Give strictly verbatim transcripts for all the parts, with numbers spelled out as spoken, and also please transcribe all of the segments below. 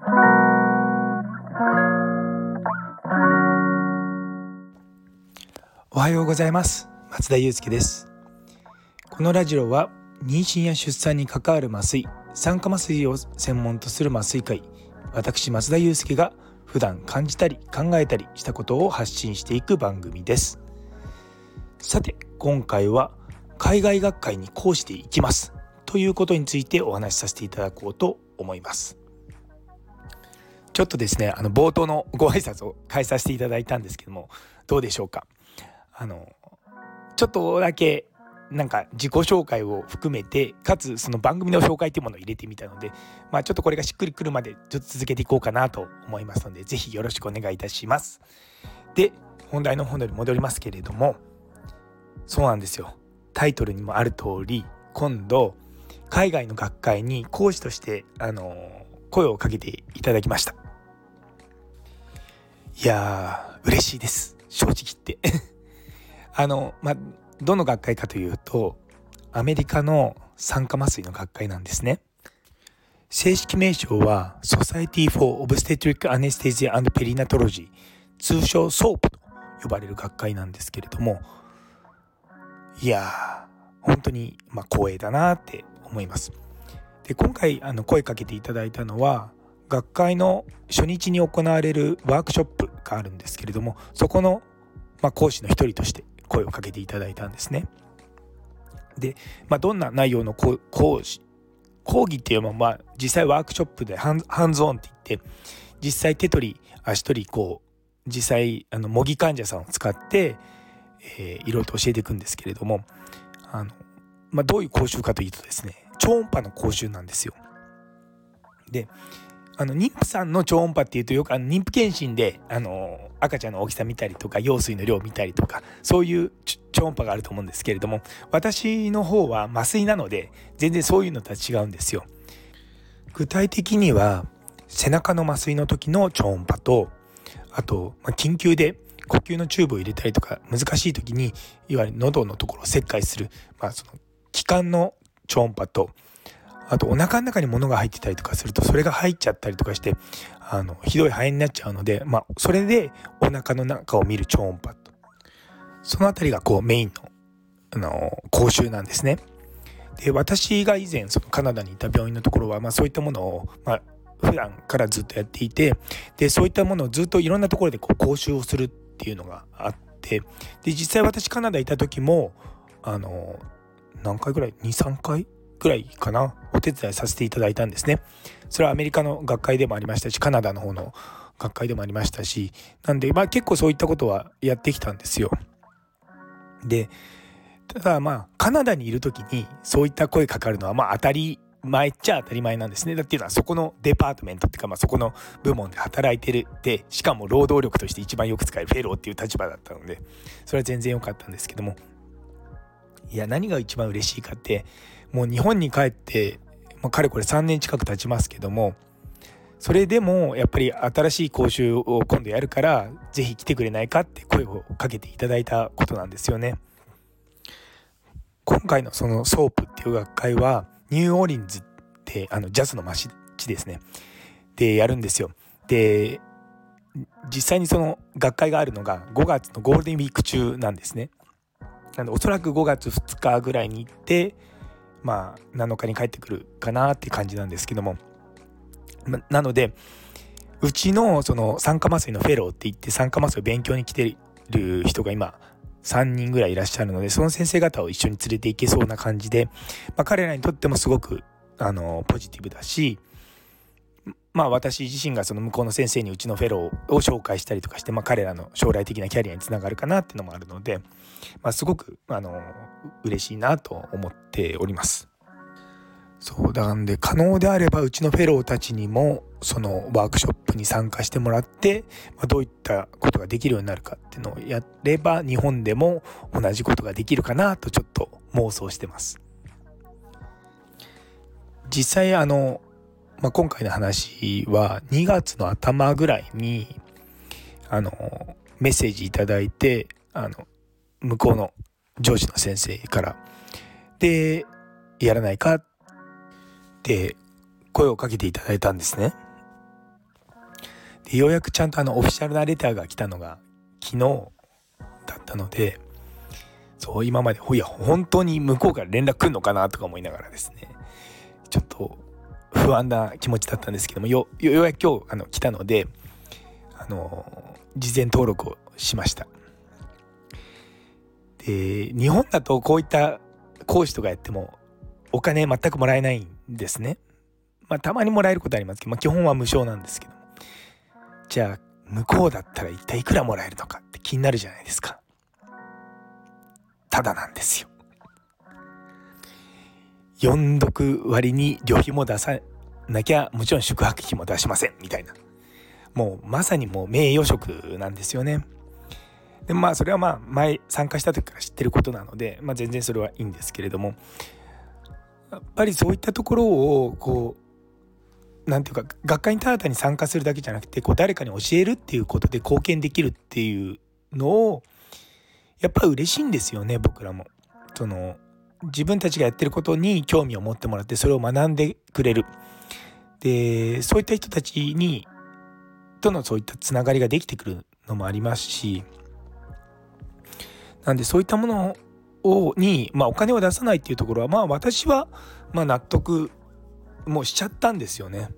おはようございます。松田祐介です。このラジオは妊娠や出産に関わる麻酔、酸化麻酔を専門とする麻酔科医、私松田祐介が普段感じたり考えたりしたことを発信していく番組です。さて、今回は海外学会に講師で行きますということについてお話しさせていただこうと思います。ちょっとですね、あの冒頭のご挨拶を返させていただいたんですけども、どうでしょうか。あのちょっとだけなんか自己紹介を含めて、かつその番組の紹介というものを入れてみたので、まあ、ちょっとこれがしっくりくるまでちょっと続けていこうかなと思いますので、ぜひよろしくお願いいたします。で、本題の方に戻りますけれども、そうなんですよ。タイトルにもある通り、今度海外の学会に講師としてあの声をかけていただきました。いやー嬉しいです、正直言ってあの、まあ、どの学会かというと、アメリカの酸化麻酔の学会なんですね。正式名称は Society for Obstetric Anesthesia and Perinatology、 通称 ソープ と呼ばれる学会なんですけれども、いやー本当にまあ光栄だなって思います。で、今回あの声かけていただいたのは、学会の初日に行われるワークショップがあるんですけれども、そこのまあ講師の一人として声をかけていただいたんですね。で、まあ、どんな内容の講師講義っていうのは、まあ実際ワークショップでハンハンズオンって言って、実際手取り足取りこう実際あの模擬患者さんを使って、えー、いろいろと教えていくんですけれども、あの、まあ、どういう講習かというとですね、超音波の講習なんですよ。で、あの妊婦さんの超音波っていうと、よくあの妊婦検診であの赤ちゃんの大きさ見たりとか、羊水の量見たりとか、そういう超音波があると思うんですけれども、私の方は麻酔なので全然そういうのとは違うんですよ。具体的には背中の麻酔の時の超音波と、あと、まあ、緊急で呼吸のチューブを入れたりとか、難しい時にいわゆる喉のところを切開する、まあ、その気管の超音波と、あとお腹の中に物が入ってたりとかすると、それが入っちゃったりとかして、あのひどい肺炎になっちゃうので、まあ、それでお腹の中を見る超音波と、そのあたりがこうメインの、あの講習なんですね。で、私が以前そのカナダにいた病院のところは、まあ、そういったものを、まあ、普段からずっとやっていて、でそういったものをずっといろんなところでこう講習をするっていうのがあって、で実際私カナダいた時もあの何回ぐらい に,さん 回くらいかな、お手伝いさせていただいたんですね。それはアメリカの学会でもありましたし、カナダの方の学会でもありましたし、なんで、まあ、結構そういったことはやってきたんですよ。で、ただまあカナダにいる時にそういった声かかるのはまあ当たり前っちゃ当たり前なんですね。だっていうのは、そこのデパートメントっていうか、まあそこの部門で働いてるで、しかも労働力として一番よく使えるフェローっていう立場だったので、それは全然良かったんですけども、いや、何が一番嬉しいかって、もう日本に帰って、まあ、かれこれさんねん近く経ちますけども、それでもやっぱり新しい講習を今度やるからぜひ来てくれないかって声をかけていただいたことなんですよね。今回のそのソープっていう学会はニューオーリンズってあのジャズの街ですねでやるんですよ。で、実際にその学会があるのがごがつのゴールデンウィーク中なんですね。なのでおそらくごがつふつかぐらいに行って、まあなのかに帰ってくるかなっていう感じなんですけども、なのでうちのその酸化麻酔のフェローって言って、酸化麻酔を勉強に来てる人が今さんにんぐらいいらっしゃるので、その先生方を一緒に連れて行けそうな感じで、まあ、彼らにとってもすごくあのポジティブだし、まあ私自身がその向こうの先生にうちのフェローを紹介したりとかして、まあ、彼らの将来的なキャリアにつながるかなっていうのもあるので、まあ、すごくあの嬉しいなと思っております。そうなんで、可能であればうちのフェローたちにもそのワークショップに参加してもらって、まあ、どういったことができるようになるかっていうのをやれば、日本でも同じことができるかなとちょっと妄想してます。実際あの、まあ、今回の話はにがつの頭ぐらいにあのメッセージいただいて、あの向こうの上司の先生からでやらないかって声をかけていただいたんですね。 でようやくちゃんとあのオフィシャルなレターが来たのが昨日だったので、そう今までいや本当に向こうから連絡来るのかなとか思いながらですね、ちょっと不安な気持ちだったんですけども、よ, ようやく今日あの来たので、あの事前登録をしました。で日本だとこういった講師とかやってもお金全くもらえないんですね。まあたまにもらえることありますけど、まあ、基本は無償なんですけど、じゃあ向こうだったら一体いくらもらえるのかって気になるじゃないですか。ただなんですよ。読読割に旅費も出さなきゃもちろん宿泊費も出しませんみたいな、もうまさにもう名誉職なんですよね。でまあそれはまあ前参加した時から知ってることなので、まあ、全然それはいいんですけれども、やっぱりそういったところをこうなんていうか、学会にただ単に参加するだけじゃなくて、こう誰かに教えるっていうことで貢献できるっていうのをやっぱり嬉しいんですよね。僕らもその自分たちがやってることに興味を持ってもらって、それを学んでくれる。でそういった人たちにとのそういったつながりができてくるのもありますし、なんでそういったものをに、まあ、お金を出さないっていうところは、まあ私はまあ納得もうしちゃったんですよね。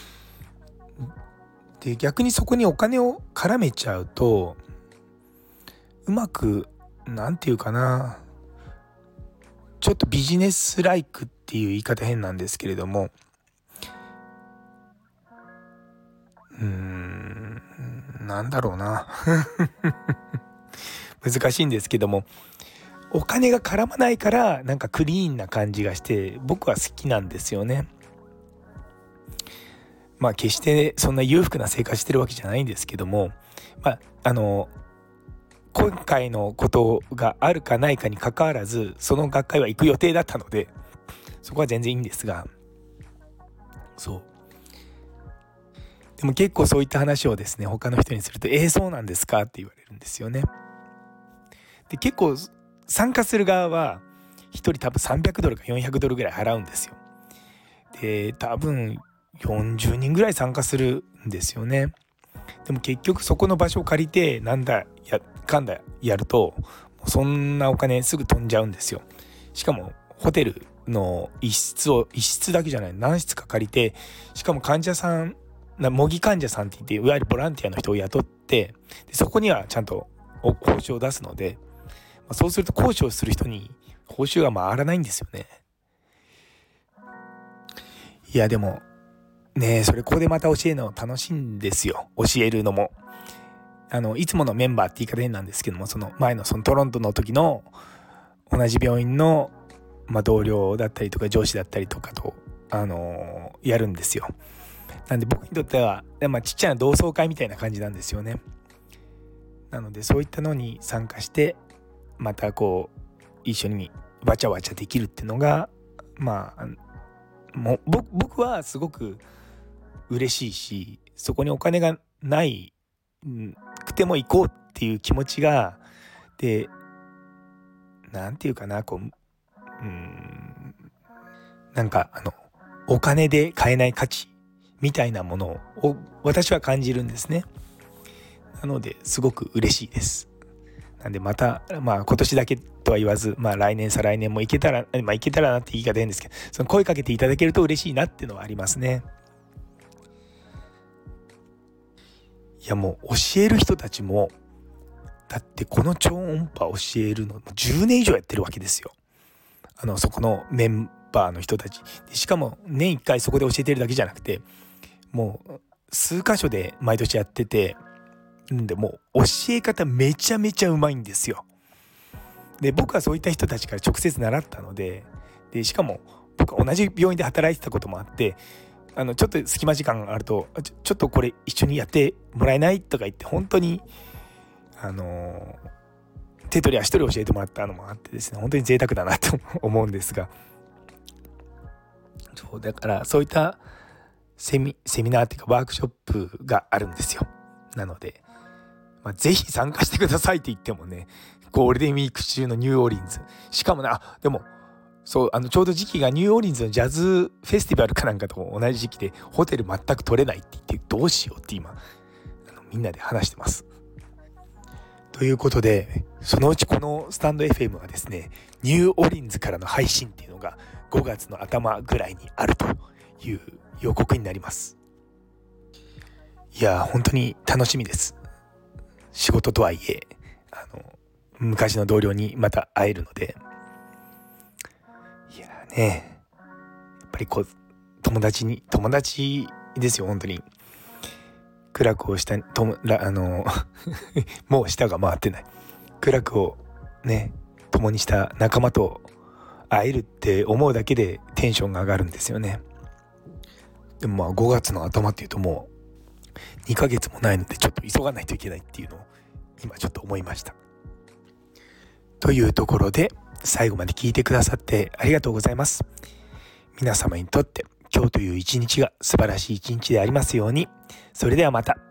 で逆にそこにお金を絡めちゃうと、うまくなんていうかな、ちょっとビジネスライクっていう言い方変なんですけれども、うーんなんだろうな難しいんですけども、お金が絡まないからなんかクリーンな感じがして僕は好きなんですよね。まあ決してそんな裕福な生活してるわけじゃないんですけども、まああの今回のことがあるかないかにかかわらずその学会は行く予定だったので、そこは全然いいんですが、そうでも結構そういった話をですね他の人にすると、えー、そうなんですかって言われるんですよね。で結構参加する側はひとり多分さんびゃくドルかよんひゃくドルぐらい払うんですよ。で多分よんじゅうにんぐらい参加するんですよね。でも結局そこの場所を借りてなんだやかんだやると、そんなお金すぐ飛んじゃうんですよ。しかもホテルの一室を一室だけじゃない何室か借りて、しかも患者さん模擬患者さんって言っていわゆるボランティアの人を雇って、でそこにはちゃんと報酬を出すので、そうすると講師をする人に報酬が回らないんですよね。いやでもね、それここでまた教えるの楽しいんですよ。教えるのもあのいつものメンバーって言い方変なんですけども、その前のそのトロントの時の同じ病院の、まあ、同僚だったりとか上司だったりとかと、あのー、やるんですよ。なんで僕にとっては、まあ、ちっちゃな同窓会みたいな感じなんですよね。なのでそういったのに参加してまたこう一緒にわちゃわちゃできるっていうのが、まあもう僕はすごく嬉しいし、そこにお金がないくても行こうっていう気持ちが、でなんていうかな、こううーんなんかあのお金で買えない価値みたいなものを私は感じるんですね。なのですごく嬉しいです。なんでまた、まあ今年だけとは言わず、まあ来年再来年も行けたら、まあ行けたらなって言い方変ですけど、その声かけていただけると嬉しいなっていうのはありますね。いやもう教える人たちも、だってこの超音波教えるのじゅうねん以上やってるわけですよ。あのそこのメンバーの人たち。しかも年いっかいそこで教えてるだけじゃなくて、もう数箇所で毎年やってて、でもう教え方めちゃめちゃうまいんですよ。で僕はそういった人たちから直接習ったので、でしかも僕は同じ病院で働いてたこともあって、あのちょっと隙間時間があるとちょ、ちょっとこれ一緒にやってもらえないとか言って、本当にあの手取り足取り教えてもらったのもあってですね、本当に贅沢だなと思うんですが、そうだからそういったセミ、セミナーっていうかワークショップがあるんですよ。なのでまあ、ぜひ参加してくださいって言ってもね、ゴールデンウィーク中のニューオーリンズ、しかもね、あでもそうあのちょうど時期がニューオーリンズのジャズフェスティバルかなんかと同じ時期で、ホテル全く取れないって言ってどうしようって今みんなで話してます。ということで、そのうちこのスタンド エフエム はですね、ニューオリンズからの配信っていうのがごがつの頭ぐらいにあるという予告になります。いや本当に楽しみです。仕事とはいえあの昔の同僚にまた会えるので、いやねやっぱりこう友達に友達ですよ。本当に苦楽をしたともらあのもう舌が回ってない苦楽をね共にした仲間と会えるって思うだけでテンションが上がるんですよね。でもまあごがつの頭っていうともうにかげつもないのでちょっと急がないといけないっていうのを今ちょっと思いました。というところで最後まで聞いてくださってありがとうございます。皆様にとって今日という一日が素晴らしい一日でありますように。それではまた。